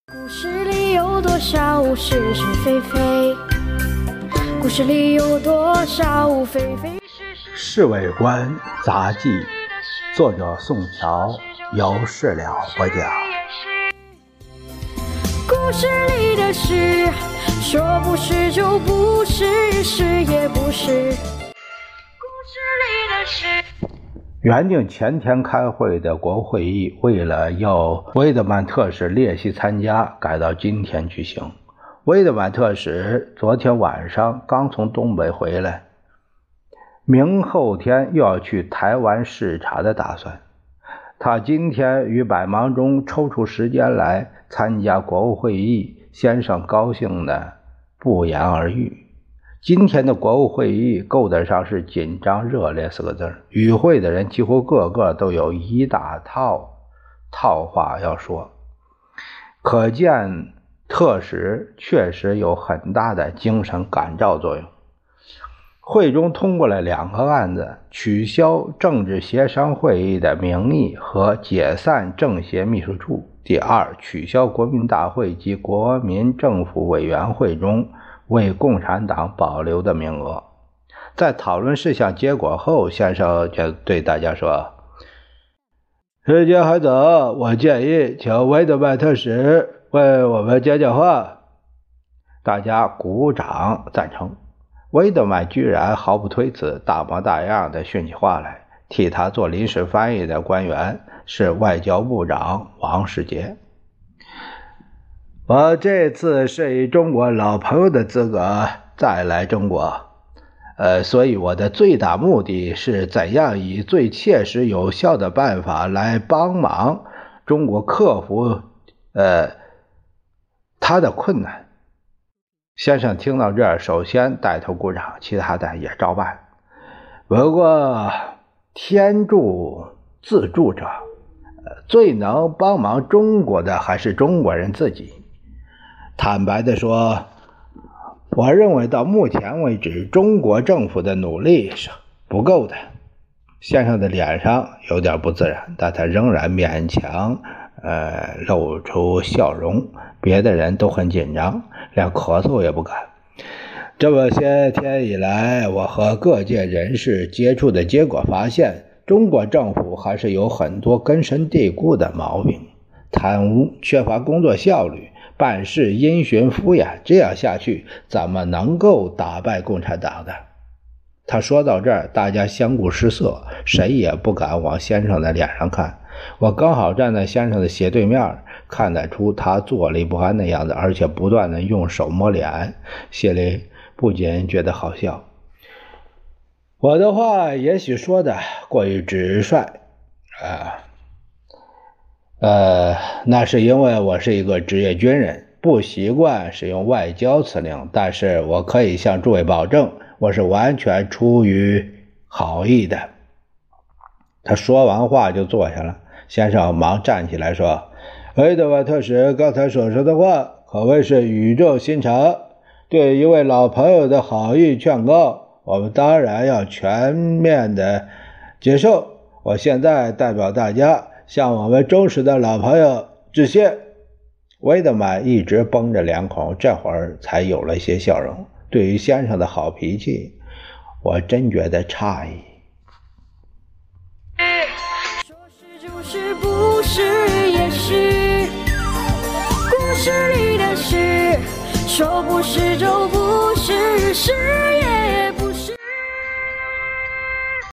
故事里有多少是是非非？故事里有多少非非是是？ 侍卫官杂记，作者宋乔，由事了播讲。 故事里的事，说不是就不是，是也不是。故事里的事。 原定前天开会的国务会议，为了要威德曼特使列席参加，改到今天举行。威德曼特使昨天晚上刚从东北回来，明后天又要去台湾视察的打算。他今天于百忙中抽出时间来参加国务会议，先生高兴的不言而喻。今天的国务会议够得上是紧张热烈四个字，与会的人几乎个个都有一大套话要说，可见特使确实有很大的精神感召作用。会中通过了2个案子，取消政治协商会议的名义和解散政协秘书处。第二，取消国民大会及国民政府委员会中为共产党保留的名额。在讨论事项结果后，先生就对大家说，时间还早，我建议请威德曼特使为我们讲话。大家鼓掌赞成。威德曼居然毫不推辞，大模大样的训起话来。替他做临时翻译的官员是外交部长王世杰。我这次是以中国老朋友的资格再来中国，所以我的最大目的是怎样以最切实有效的办法来帮忙中国克服他的困难。先生听到这儿，首先带头鼓掌，其他的也照办。不过天助自助者，最能帮忙中国的还是中国人自己。坦白地说，我认为到目前为止，中国政府的努力是不够的。先生的脸上有点不自然，但他仍然勉强露出笑容。别的人都很紧张，连咳嗽也不敢。这么些天以来，我和各界人士接触的结果发现，中国政府还是有很多根深蒂固的毛病，贪污、缺乏工作效率、办事因循敷衍，这样下去怎么能够打败共产党的？他说到这儿，大家相顾失色，谁也不敢往先生的脸上看。我刚好站在先生的斜对面，看得出他坐立不安的样子，而且不断的用手摸脸，心里不仅觉得好笑。我的话也许说的过于直率那是因为我是一个职业军人，不习惯使用外交辞令，但是我可以向诸位保证，我是完全出于好意的。他说完话就坐下了。先生忙站起来说，威德曼特使刚才所说的话可谓是语重心长，对一位老朋友的好意劝告，我们当然要全面的接受。我现在代表大家向我们忠实的老朋友致谢。威德曼一直绷着脸孔，这会儿才有了些笑容。对于先生的好脾气，我真觉得诧异。 说是就是不是也是，故事里的事，说不是就不是，是